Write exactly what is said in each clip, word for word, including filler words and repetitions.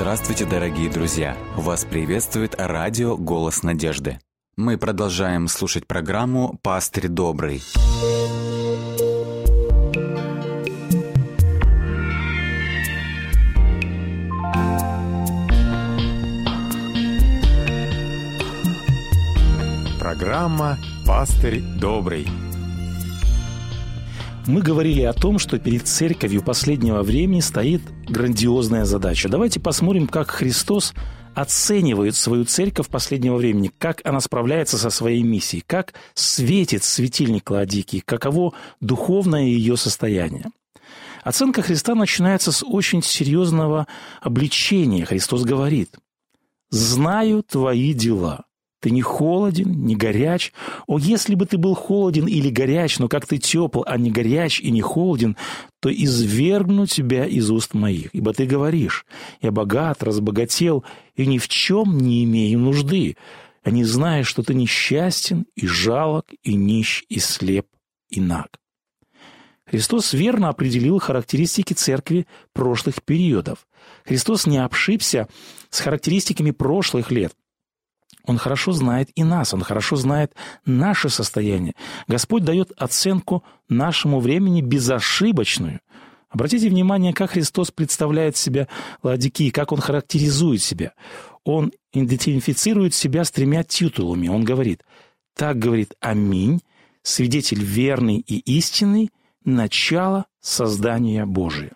Здравствуйте, дорогие друзья! Вас приветствует радио «Голос надежды». Мы продолжаем слушать программу «Пастырь добрый». Программа «Пастырь добрый». Мы говорили о том, что перед церковью последнего времени стоит грандиозная задача. Давайте посмотрим, как Христос оценивает свою церковь последнего времени, как она справляется со своей миссией, как светит светильник Лаодикии, каково духовное ее состояние. Оценка Христа начинается с очень серьезного обличения. Христос говорит: «Знаю твои дела. Ты не холоден, не горяч. О, если бы ты был холоден или горяч, но как ты тепл, а не горяч и не холоден, то извергну тебя из уст моих. Ибо ты говоришь: я богат, разбогател, и ни в чем не имею нужды, а не знаешь, что ты несчастен, и жалок, и нищ, и слеп, и наг». Христос верно определил характеристики церкви прошлых периодов. Христос не ошибся с характеристиками прошлых лет. Он хорошо знает и нас, Он хорошо знает наше состояние. Господь дает оценку нашему времени безошибочную. Обратите внимание, как Христос представляет себя Лаодикии, как Он характеризует себя. Он идентифицирует себя с тремя титулами. Он говорит: «Так говорит Аминь, свидетель верный и истинный, начало создания Божия».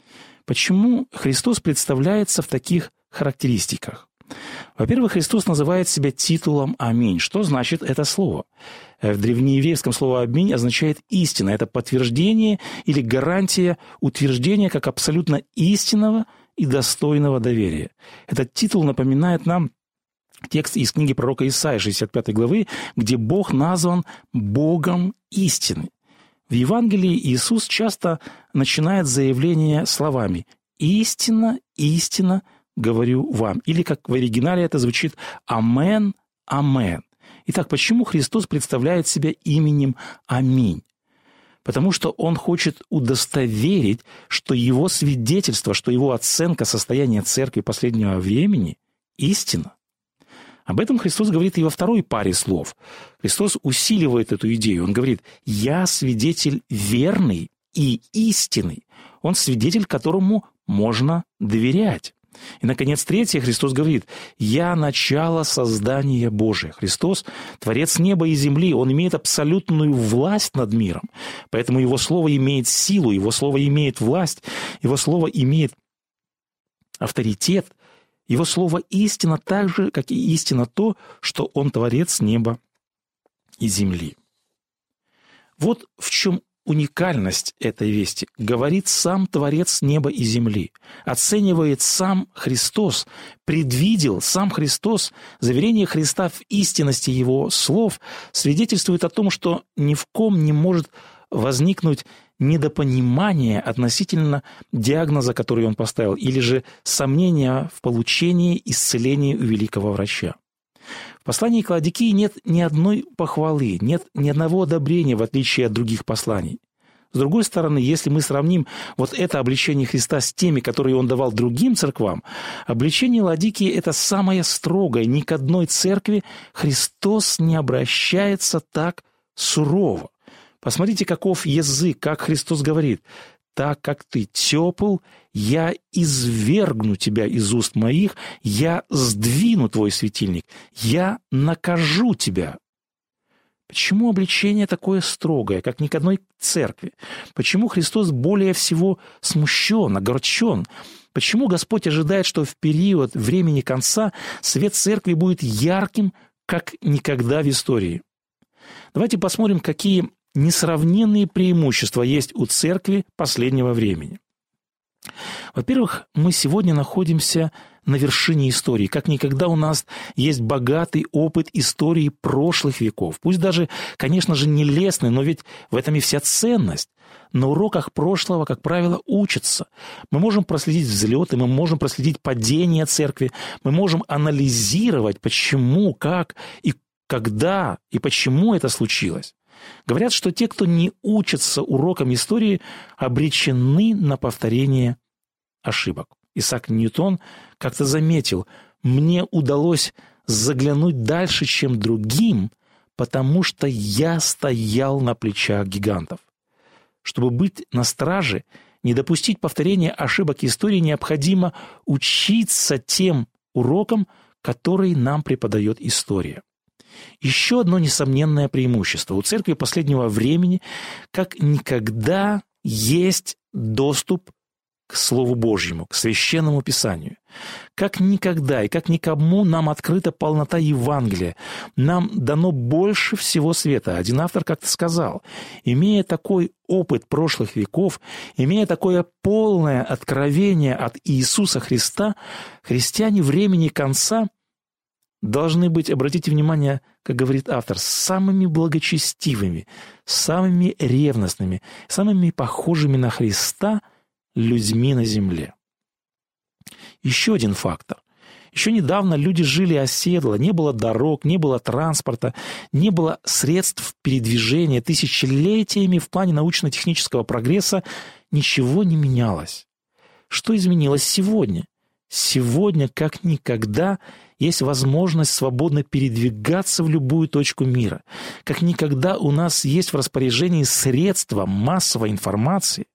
Почему Христос представляется в таких характеристиках? Во-первых, Христос называет себя титулом «Аминь». Что значит это слово? В древнееврейском слово «Аминь» означает «истина». Это подтверждение или гарантия утверждения как абсолютно истинного и достойного доверия. Этот титул напоминает нам текст из книги пророка Исаии, шестьдесят пятой главы, где Бог назван Богом истины. В Евангелии Иисус часто начинает заявление словами «Истина, истина, говорю вам». Или, как в оригинале это звучит, «Амен, амен». Итак, почему Христос представляет себя именем Аминь? Потому что Он хочет удостоверить, что Его свидетельство, что Его оценка состояния церкви последнего времени – истина. Об этом Христос говорит и во второй паре слов. Христос усиливает эту идею. Он говорит: «Я свидетель верный и истинный». Он свидетель, которому можно доверять. И, наконец, третье, Христос говорит: «Я начало создания Божия». Христос – Творец неба и земли, Он имеет абсолютную власть над миром, поэтому Его Слово имеет силу, Его Слово имеет власть, Его Слово имеет авторитет, Его Слово истина так же, как и истина то, что Он Творец неба и земли. Вот в чем уникальность этой вести. Говорит сам Творец неба и земли. Оценивает сам Христос. Предвидел сам Христос. Заверение Христа в истинности Его слов свидетельствует о том, что ни в ком не может возникнуть недопонимание относительно диагноза, который Он поставил, или же сомнения в получении исцеления у великого врача. В послании к Лаодикии нет ни одной похвалы, нет ни одного одобрения, в отличие от других посланий. С другой стороны, если мы сравним вот это обличение Христа с теми, которые Он давал другим церквам, обличение Лаодикии – это самое строгое. Ни к одной церкви Христос не обращается так сурово. Посмотрите, каков язык, как Христос говорит: «Так как ты тепл, я извергну тебя из уст моих, я сдвину твой светильник, я накажу тебя». Почему обличение такое строгое, как ни к одной церкви? Почему Христос более всего смущен, огорчен? Почему Господь ожидает, что в период времени конца свет церкви будет ярким, как никогда в истории? Давайте посмотрим, какие несравненные преимущества есть у церкви последнего времени. Во-первых, мы сегодня находимся на вершине истории. Как никогда у нас есть богатый опыт истории прошлых веков. Пусть даже, конечно же, нелестный, но ведь в этом и вся ценность. На уроках прошлого, как правило, учатся. Мы можем проследить взлеты, мы можем проследить падение церкви, мы можем анализировать, почему, как и когда и почему это случилось. Говорят, что те, кто не учатся урокам истории, обречены на повторение ошибок. Исаак Ньютон как-то заметил: «Мне удалось заглянуть дальше, чем другим, потому что я стоял на плечах гигантов». Чтобы быть на страже, не допустить повторения ошибок истории, необходимо учиться тем урокам, которые нам преподает история. Еще одно несомненное преимущество. У церкви последнего времени как никогда есть доступ к Слову Божьему, к Священному Писанию. Как никогда и как никому нам открыта полнота Евангелия. Нам дано больше всего света. Один автор как-то сказал: имея такой опыт прошлых веков, имея такое полное откровение от Иисуса Христа, христиане времени конца должны быть, обратите внимание, как говорит автор, самыми благочестивыми, самыми ревностными, самыми похожими на Христа людьми на земле. Еще один фактор. Еще недавно люди жили оседло, не было дорог, не было транспорта, не было средств передвижения. Тысячелетиями в плане научно-технического прогресса ничего не менялось. Что изменилось сегодня? Сегодня, как никогда, есть возможность свободно передвигаться в любую точку мира. Как никогда у нас есть в распоряжении средства массовой информации.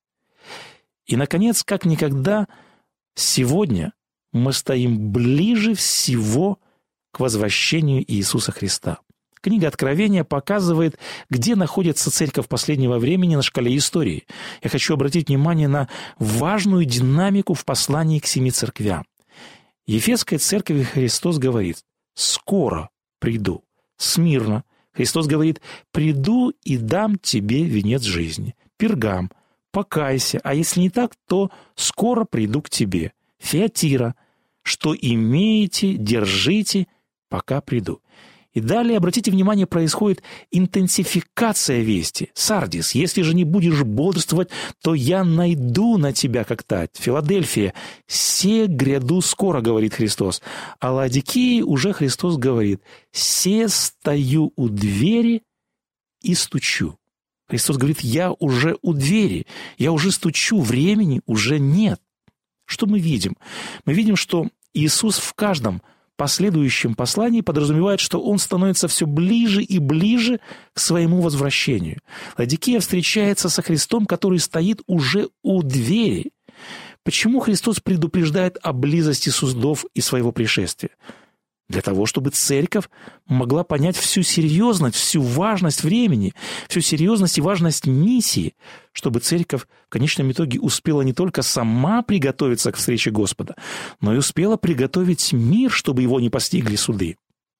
И, наконец, как никогда, сегодня мы стоим ближе всего к возвращению Иисуса Христа. Книга Откровения показывает, где находится церковь последнего времени на шкале истории. Я хочу обратить внимание на важную динамику в послании к семи церквям. Ефесской церкви Христос говорит: «Скоро приду». Смирна Христос говорит: «Приду и дам тебе венец жизни». Пергам: «Покайся, а если не так, то скоро приду к тебе». Фиатира: «Что имеете, держите, пока приду». И далее, обратите внимание, происходит интенсификация вести. Сардис: «Если же не будешь бодрствовать, то я найду на тебя как тать». Филадельфия: «Се гряду скоро», говорит Христос. А Лаодикии уже Христос говорит: «Се стою у двери и стучу». Христос говорит: «Я уже у двери, я уже стучу, времени уже нет». Что мы видим? Мы видим, что Иисус в каждом последующем послании подразумевает, что Он становится все ближе и ближе к своему возвращению. Лаодикея встречается со Христом, который стоит уже у двери. Почему Христос предупреждает о близости судов и своего пришествия? Для того, чтобы церковь могла понять всю серьезность, всю важность времени, всю серьезность и важность миссии, чтобы церковь в конечном итоге успела не только сама приготовиться к встрече Господа, но и успела приготовить мир, чтобы его не постигли суды.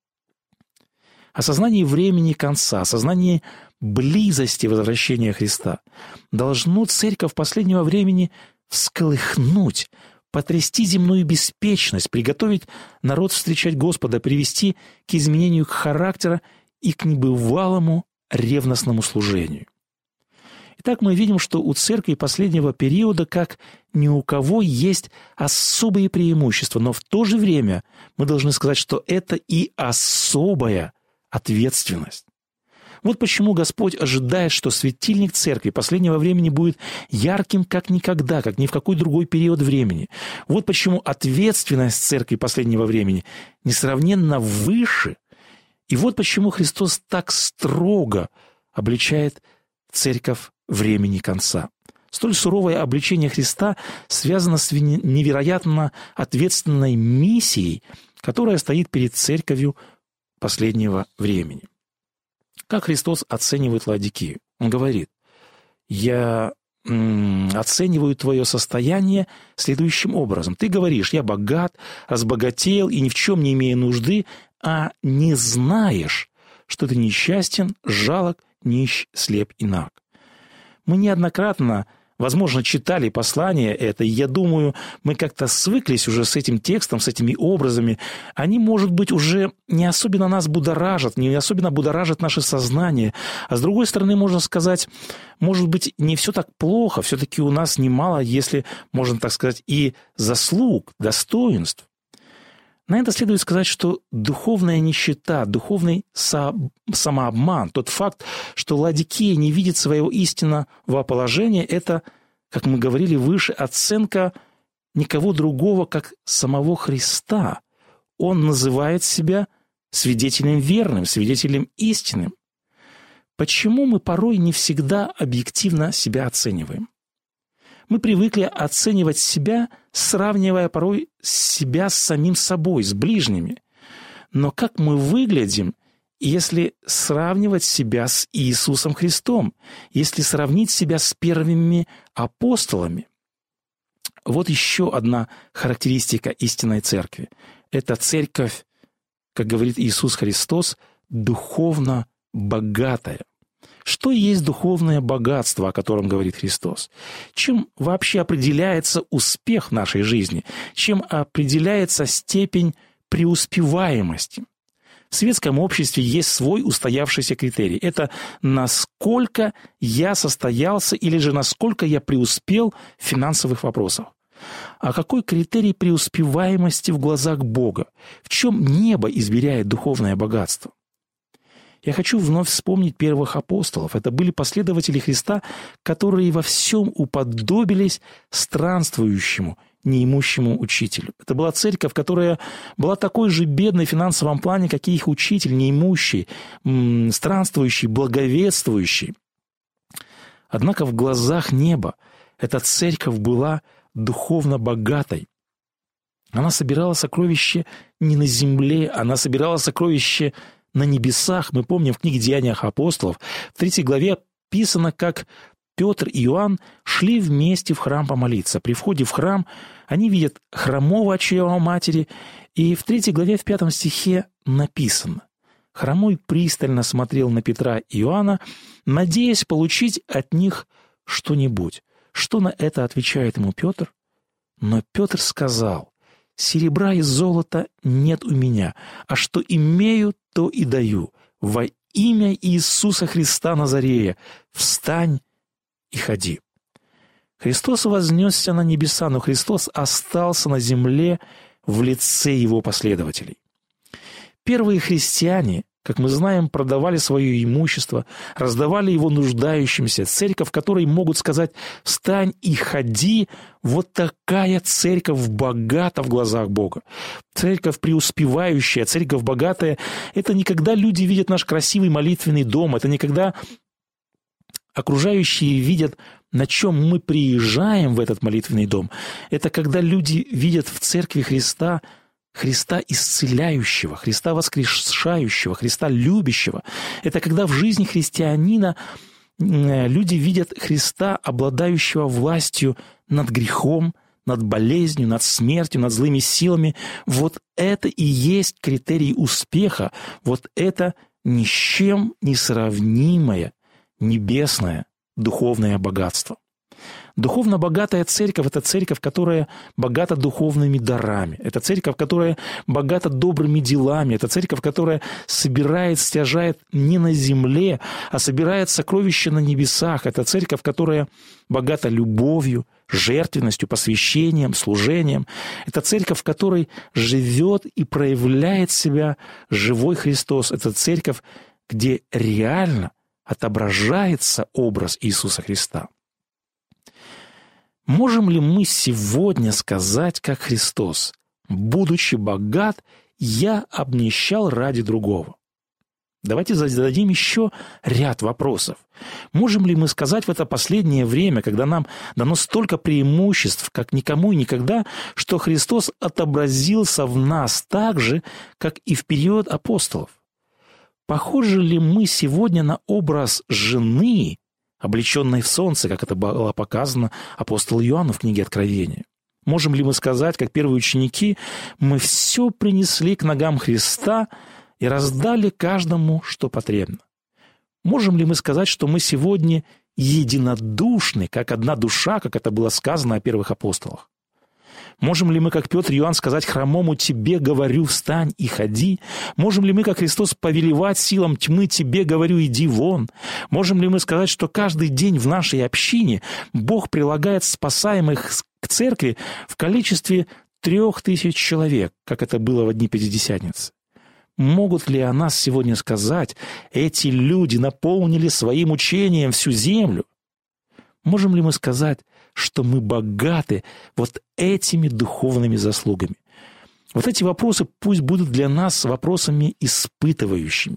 Осознание времени конца, осознание близости возвращения Христа должно церковь последнего времени всколыхнуть, потрясти земную беспечность, приготовить народ встречать Господа, привести к изменению характера и к небывалому ревностному служению. Итак, мы видим, что у церкви последнего периода, как ни у кого, есть особые преимущества, но в то же время мы должны сказать, что это и особая ответственность. Вот почему Господь ожидает, что светильник церкви последнего времени будет ярким как никогда, как ни в какой другой период времени. Вот почему ответственность церкви последнего времени несравненно выше. И вот почему Христос так строго обличает церковь времени конца. Столь суровое обличение Христа связано с невероятно ответственной миссией, которая стоит перед церковью последнего времени. Как Христос оценивает Лаодикею? Он говорит: «Я м, оцениваю твое состояние следующим образом. Ты говоришь: я богат, разбогател и ни в чем не имею нужды, а не знаешь, что ты несчастен, жалок, нищ, слеп и наг». Мы неоднократно, возможно, читали послание это, и я думаю, мы как-то свыклись уже с этим текстом, с этими образами. Они, может быть, уже не особенно нас будоражат, не особенно будоражат наше сознание. А с другой стороны, можно сказать, может быть, не все так плохо, все-таки у нас немало, если можно так сказать, и заслуг, достоинств. На это следует сказать, что духовная нищета, духовный со- самообман, тот факт, что Лаодикея не видит своего истинного положения, это, как мы говорили выше, оценка никого другого, как самого Христа. Он называет себя свидетелем верным, свидетелем истинным. Почему мы порой не всегда объективно себя оцениваем? Мы привыкли оценивать себя, сравнивая порой себя с самим собой, с ближними. Но как мы выглядим, если сравнивать себя с Иисусом Христом, если сравнить себя с первыми апостолами? Вот еще одна характеристика истинной церкви. Это церковь, как говорит Иисус Христос, духовно богатая. Что есть духовное богатство, о котором говорит Христос? Чем вообще определяется успех нашей жизни? Чем определяется степень преуспеваемости? В светском обществе есть свой устоявшийся критерий. Это насколько я состоялся или же насколько я преуспел в финансовых вопросах. А какой критерий преуспеваемости в глазах Бога? В чем небо измеряет духовное богатство? Я хочу вновь вспомнить первых апостолов. Это были последователи Христа, которые во всем уподобились странствующему, неимущему учителю. Это была церковь, которая была такой же бедной в финансовом плане, как и их учитель, неимущий, странствующий, благовествующий. Однако в глазах неба эта церковь была духовно богатой. Она собирала сокровища не на земле, она собирала сокровища на небесах. Мы помним в книге «Деяниях апостолов» в третьей главе описано, как Петр и Иоанн шли вместе в храм помолиться. При входе в храм они видят хромого от чрева матери, и в третьей главе, в пятом стихе написано: «Хромой пристально смотрел на Петра и Иоанна, надеясь получить от них что-нибудь». Что на это отвечает ему Петр? Но Петр сказал: «Серебра и золота нет у меня, а что имею, то и даю. Во имя Иисуса Христа Назарея встань и ходи». Христос вознесся на небеса, но Христос остался на земле в лице его последователей. Первые христиане, как мы знаем, продавали свое имущество, раздавали его нуждающимся. Церковь, в которой могут сказать «встань и ходи», вот такая церковь богата в глазах Бога. Церковь преуспевающая, церковь богатая – это не когда люди видят наш красивый молитвенный дом, это не когда окружающие видят, на чем мы приезжаем в этот молитвенный дом. Это когда люди видят в церкви Христа Христа исцеляющего, Христа воскрешающего, Христа любящего. Это когда в жизни христианина люди видят Христа, обладающего властью над грехом, над болезнью, над смертью, над злыми силами. Вот это и есть критерий успеха. Вот это ни с чем не сравнимое небесное духовное богатство. Духовно богатая церковь – это церковь, которая богата духовными дарами. Это церковь, которая богата добрыми делами. Это церковь, которая собирает, стяжает не на земле, а собирает сокровища на небесах. Это церковь, которая богата любовью, жертвенностью, посвящением, служением. Это церковь, в которой живет и проявляет себя живой Христос. Это церковь, где реально отображается образ Иисуса Христа. Можем ли мы сегодня сказать, как Христос: «Будучи богат, я обнищал ради другого»? Давайте зададим еще ряд вопросов. Можем ли мы сказать в это последнее время, когда нам дано столько преимуществ, как никому и никогда, что Христос отобразился в нас так же, как и в период апостолов? Похожи ли мы сегодня на образ жены, облеченной в солнце, как это было показано апостолу Иоанну в книге Откровения? Можем ли мы сказать, как первые ученики: «Мы все принесли к ногам Христа и раздали каждому, что потребно»? Можем ли мы сказать, что мы сегодня единодушны, как одна душа, как это было сказано о первых апостолах? Можем ли мы, как Петр и Иоанн, сказать хромому: «Тебе говорю, встань и ходи»? Можем ли мы, как Христос, повелевать силам тьмы: «Тебе говорю, иди вон»? Можем ли мы сказать, что каждый день в нашей общине Бог прилагает спасаемых к церкви в количестве трех тысяч человек, как это было в дни Пятидесятницы? Могут ли о нас сегодня сказать: «Эти люди наполнили своим учением всю землю»? Можем ли мы сказать, что мы богаты вот этими духовными заслугами? Вот эти вопросы пусть будут для нас вопросами испытывающими.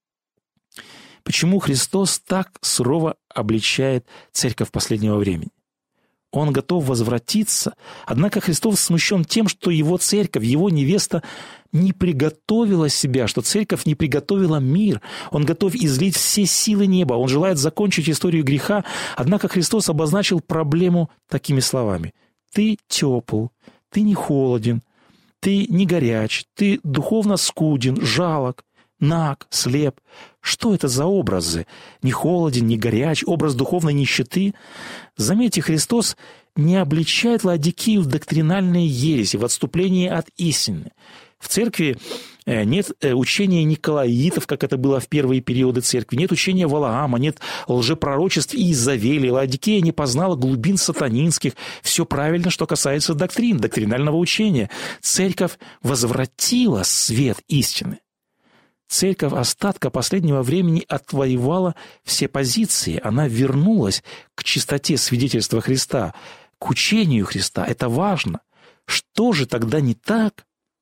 Почему Христос так сурово обличает церковь последнего времени? Он готов возвратиться, однако Христос смущен тем, что его церковь, его невеста не приготовила себя, что церковь не приготовила мир. Он готов излить все силы неба, он желает закончить историю греха, однако Христос обозначил проблему такими словами: «Ты тепл, ты не холоден, ты не горяч, ты духовно скуден, жалок, наг, слеп». Что это за образы? Не холоден, не горяч, образ духовной нищеты. Заметьте, Христос не обличает Лаодикею в доктринальной ереси, в отступлении от истины. В церкви нет учения николаитов, как это было в первые периоды церкви, нет учения Валаама, нет лжепророчеств и Изавели. Лаодикея не познала глубин сатанинских. Все правильно, что касается доктрин, доктринального учения. Церковь возвратила свет истины. Церковь остатка последнего времени отвоевала все позиции. Она вернулась к чистоте свидетельства Христа, к учению Христа. Это важно. Что же тогда не так?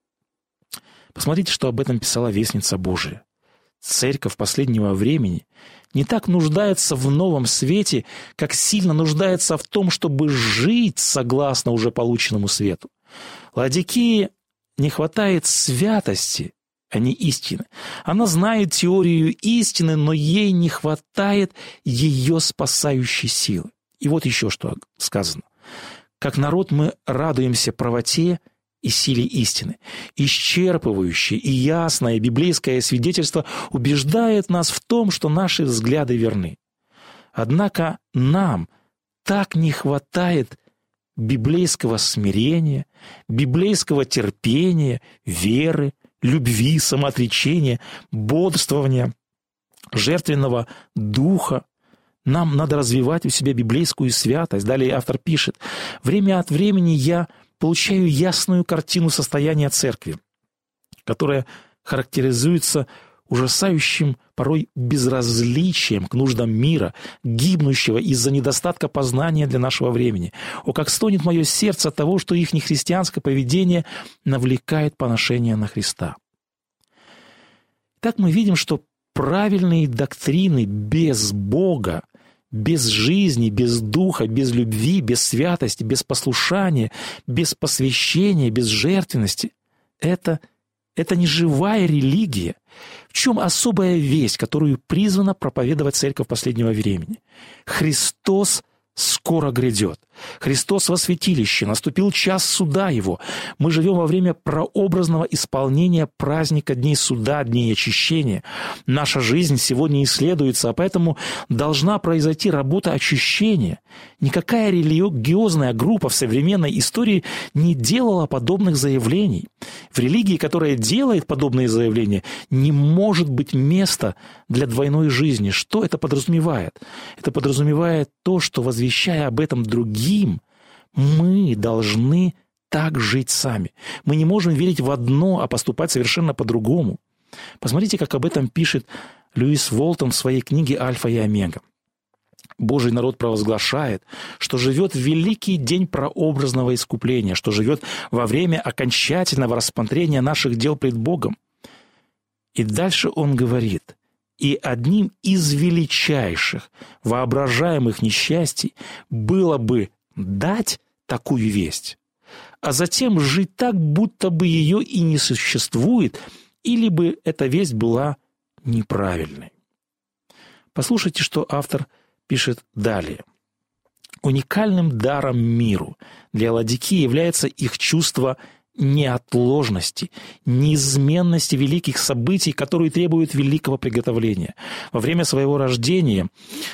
Посмотрите, что об этом писала Вестница Божия. Церковь последнего времени не так нуждается в новом свете, как сильно нуждается в том, чтобы жить согласно уже полученному свету. Лаодикее не хватает святости, а не истины. Она знает теорию истины, но ей не хватает ее спасающей силы. И вот еще что сказано. Как народ мы радуемся правоте и силе истины. Исчерпывающее и ясное библейское свидетельство убеждает нас в том, что наши взгляды верны. Однако нам так не хватает библейского смирения, библейского терпения, веры, любви, самоотречения, бодрствования, жертвенного духа. Нам надо развивать у себя библейскую святость. Далее автор пишет: «Время от времени я получаю ясную картину состояния церкви, которая характеризуется ужасающим порой безразличием к нуждам мира, гибнущего из-за недостатка познания для нашего времени. О, как стонет мое сердце от того, что их нехристианское поведение навлекает поношение на Христа». Так мы видим, что правильные доктрины без Бога, без жизни, без духа, без любви, без святости, без послушания, без посвящения, без жертвенности – это, это не живая религия. В чем особая весть, которую призвана проповедовать церковь последнего времени? Христос скоро грядет. Христос во святилище, наступил час суда Его. Мы живем во время прообразного исполнения праздника Дней суда, Дней очищения. Наша жизнь сегодня исследуется, а поэтому должна произойти работа очищения. Никакая религиозная группа в современной истории не делала подобных заявлений. В религии, которая делает подобные заявления, не может быть места для двойной жизни. Что это подразумевает? Это подразумевает то, что, возвещая об этом другим, мы должны так жить сами. Мы не можем верить в одно, а поступать совершенно по-другому. Посмотрите, как об этом пишет Льюис Волтон в своей книге «Альфа и Омега». Божий народ провозглашает, что живет в великий день прообразного искупления, что живет во время окончательного рассмотрения наших дел пред Богом. И дальше он говорит: «И одним из величайших воображаемых несчастий было бы дать такую весть, а затем жить так, будто бы ее и не существует, или бы эта весть была неправильной». Послушайте, что автор пишет далее. «Уникальным даром миру для Лаодикии является их чувство неотложности, неизменности великих событий, которые требуют великого приготовления. Во время своего рождения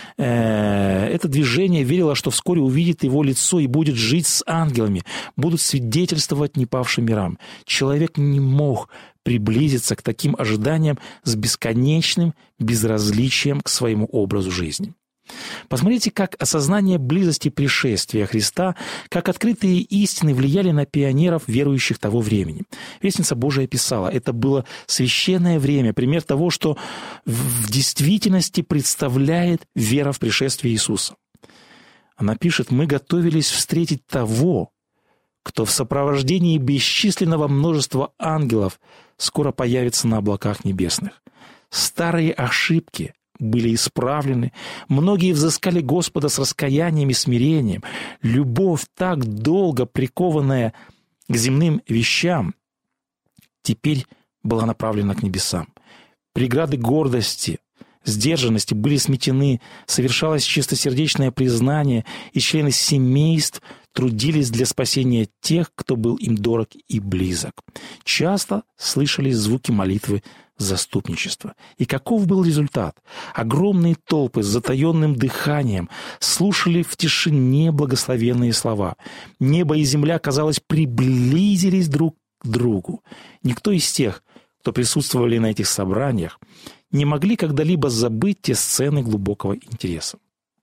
э, это движение верило, что вскоре увидит его лицо и будет жить с ангелами, будут свидетельствовать непавшим мирам. Человек не мог приблизиться к таким ожиданиям с бесконечным безразличием к своему образу жизни». Посмотрите, как осознание близости пришествия Христа, как открытые истины влияли на пионеров, верующих того времени. Вестница Божия писала: это было священное время, пример того, что в действительности представляет вера в пришествие Иисуса. Она пишет: «Мы готовились встретить того, кто в сопровождении бесчисленного множества ангелов скоро появится на облаках небесных. Старые ошибки были исправлены, многие взыскали Господа с раскаянием и смирением. Любовь, так долго прикованная к земным вещам, теперь была направлена к небесам. Преграды гордости, сдержанности были сметены, совершалось чистосердечное признание, и члены семейств трудились для спасения тех, кто был им дорог и близок. Часто слышались звуки молитвы заступничества. И каков был результат? Огромные толпы с затаенным дыханием слушали в тишине благословенные слова. Небо и земля, казалось, приблизились друг к другу. Никто из тех, кто присутствовали на этих собраниях, не могли когда-либо забыть те сцены глубокого интереса.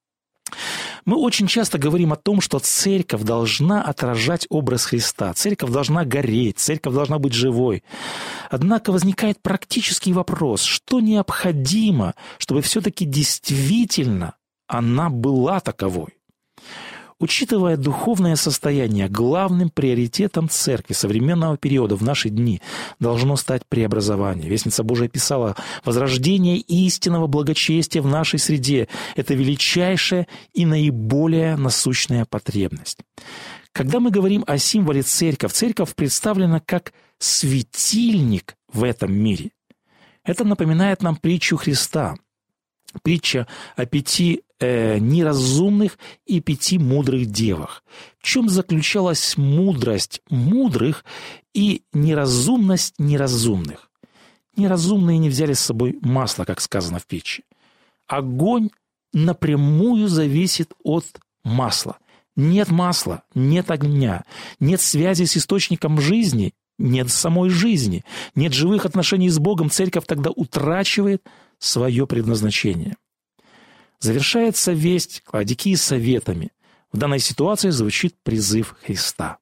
Мы очень часто говорим о том, что церковь должна отражать образ Христа, церковь должна гореть, церковь должна быть живой. Однако возникает практический вопрос: что необходимо, чтобы все-таки действительно она была таковой? Учитывая духовное состояние, главным приоритетом церкви современного периода в наши дни должно стать преобразование. Вестница Божия писала: «Возрождение истинного благочестия в нашей среде – это величайшая и наиболее насущная потребность». Когда мы говорим о символе церковь, церковь представлена как светильник в этом мире. Это напоминает нам притчу Христа. Притча о пяти э, неразумных и пяти мудрых девах. В чем заключалась мудрость мудрых и неразумность неразумных? Неразумные не взяли с собой масло, как сказано в притче. Огонь напрямую зависит от масла. Нет масла, нет огня, нет связи с источником жизни, нет самой жизни, нет живых отношений с Богом, церковь тогда утрачивает свое предназначение. Завершается весть к Лаодикии советами. В данной ситуации звучит призыв Христа.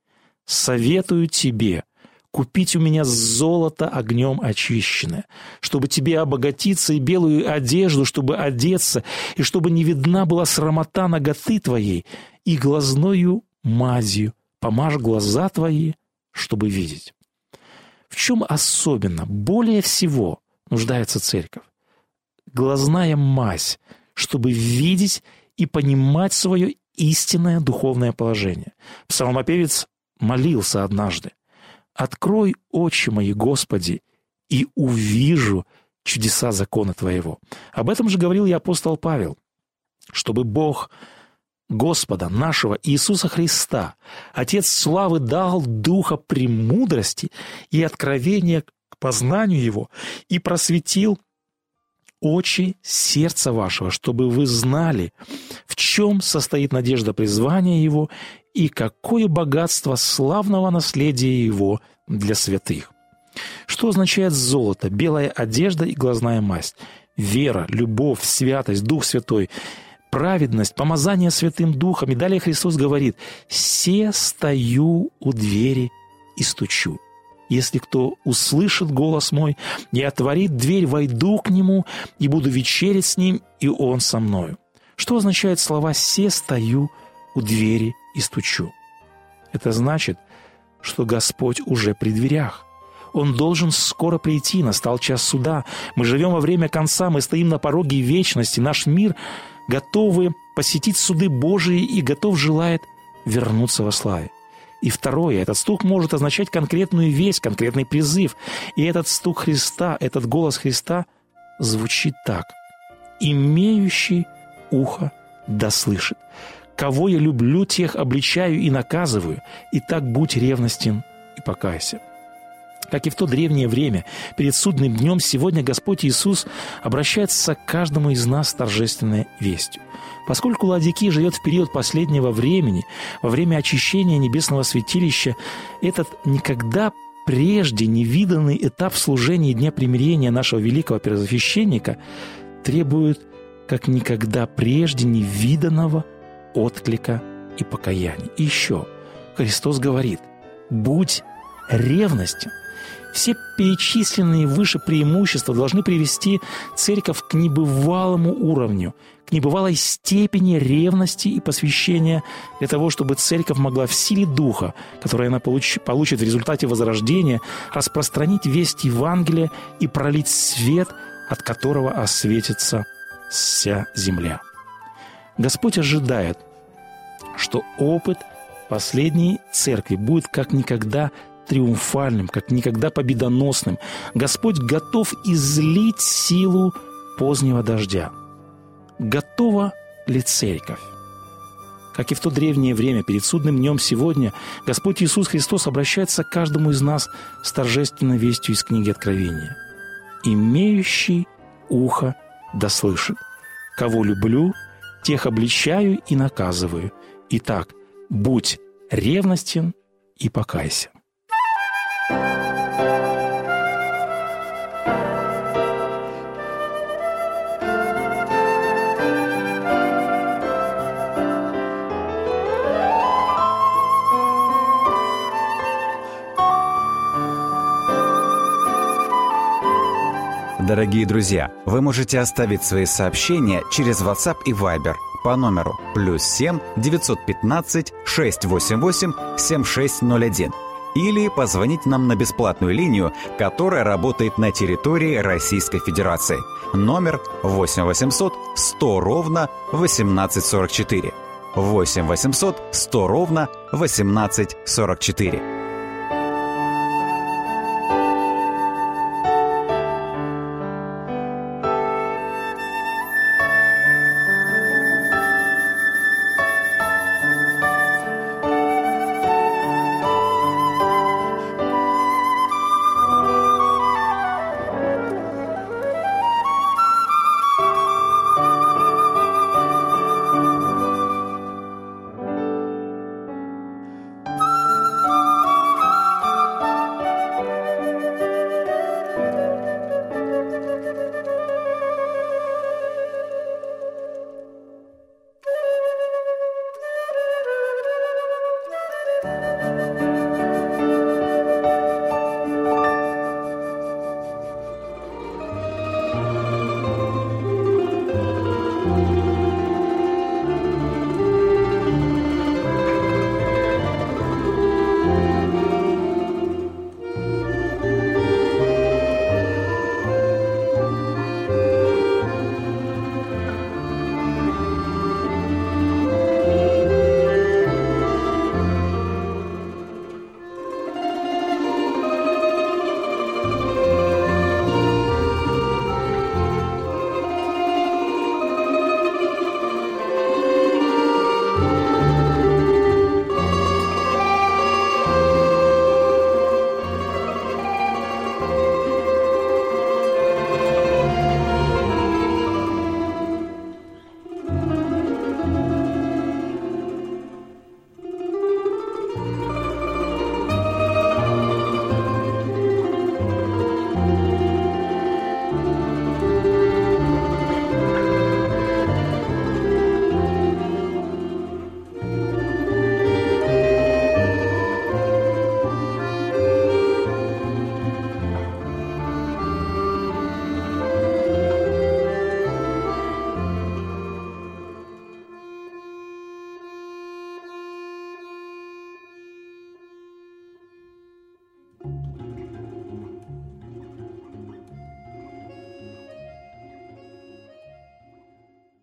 «Советую тебе купить у меня золото огнем очищенное, чтобы тебе обогатиться, и белую одежду, чтобы одеться, и чтобы не видна была срамота наготы твоей, и глазною мазью помажь глаза твои, чтобы видеть». В чем особенно, более всего нуждается церковь? Глазная мазь, чтобы видеть и понимать свое истинное духовное положение. Псалмопевец молился однажды: «Открой очи мои, Господи, и увижу чудеса закона Твоего». Об этом же говорил и апостол Павел. Чтобы Бог Господа нашего Иисуса Христа, Отец славы, дал духа премудрости и откровения к познанию Его, и просветил очи сердца вашего, чтобы вы знали, в чем состоит надежда призвания Его и какое богатство славного наследия Его для святых. Что означает золото, белая одежда и глазная масть? Вера, любовь, святость, Дух Святой, праведность, помазание Святым Духом. И далее Христос говорит: «Се стою у двери и стучу. Если кто услышит голос мой и отворит дверь, войду к нему и буду вечерять с ним, и он со мною». Что означают слова «се стою у двери и стучу»? Это значит, что Господь уже при дверях. Он должен скоро прийти, настал час суда. Мы живем во время конца, мы стоим на пороге вечности. Наш мир готовы посетить суды Божии и готов желает вернуться во славе. И второе, этот стук может означать конкретную весть, конкретный призыв. И этот стук Христа, этот голос Христа звучит так: «Имеющий ухо да слышит. Кого я люблю, тех обличаю и наказываю. Итак, будь ревностен и покайся». Как и в то древнее время, перед судным днем, сегодня Господь Иисус обращается к каждому из нас с торжественной вестью. Поскольку Лаодикия живет в период последнего времени, во время очищения небесного святилища, этот никогда прежде невиданный этап служения Дня примирения нашего великого первосвященника требует как никогда прежде невиданного отклика и покаяния. И еще Христос говорит: «Будь ревностен». Все перечисленные выше преимущества должны привести церковь к небывалому уровню, к небывалой степени ревности и посвящения для того, чтобы церковь могла в силе Духа, которую она получ- получит в результате возрождения, распространить весть Евангелия и пролить свет, от которого осветится вся земля. Господь ожидает, что опыт последней церкви будет как никогда триумфальным, как никогда победоносным. Господь готов излить силу позднего дождя. Готова ли церковь? Как и в то древнее время, перед судным днем сегодня, Господь Иисус Христос обращается к каждому из нас с торжественной вестью из книги Откровения. «Имеющий ухо да слышит. Кого люблю, тех обличаю и наказываю. Итак, будь ревностен и покайся». Дорогие друзья, вы можете оставить свои сообщения через WhatsApp и Viber по номеру плюс семь девятьсот пятнадцать шестьсот восемьдесят восемь семьдесят шесть ноль один или позвонить нам на бесплатную линию, которая работает на территории Российской Федерации. Номер восемь восемьсот сто ровно восемнадцать сорок четыре. восемь восемьсот сто ровно восемнадцать сорок четыре. Thank you.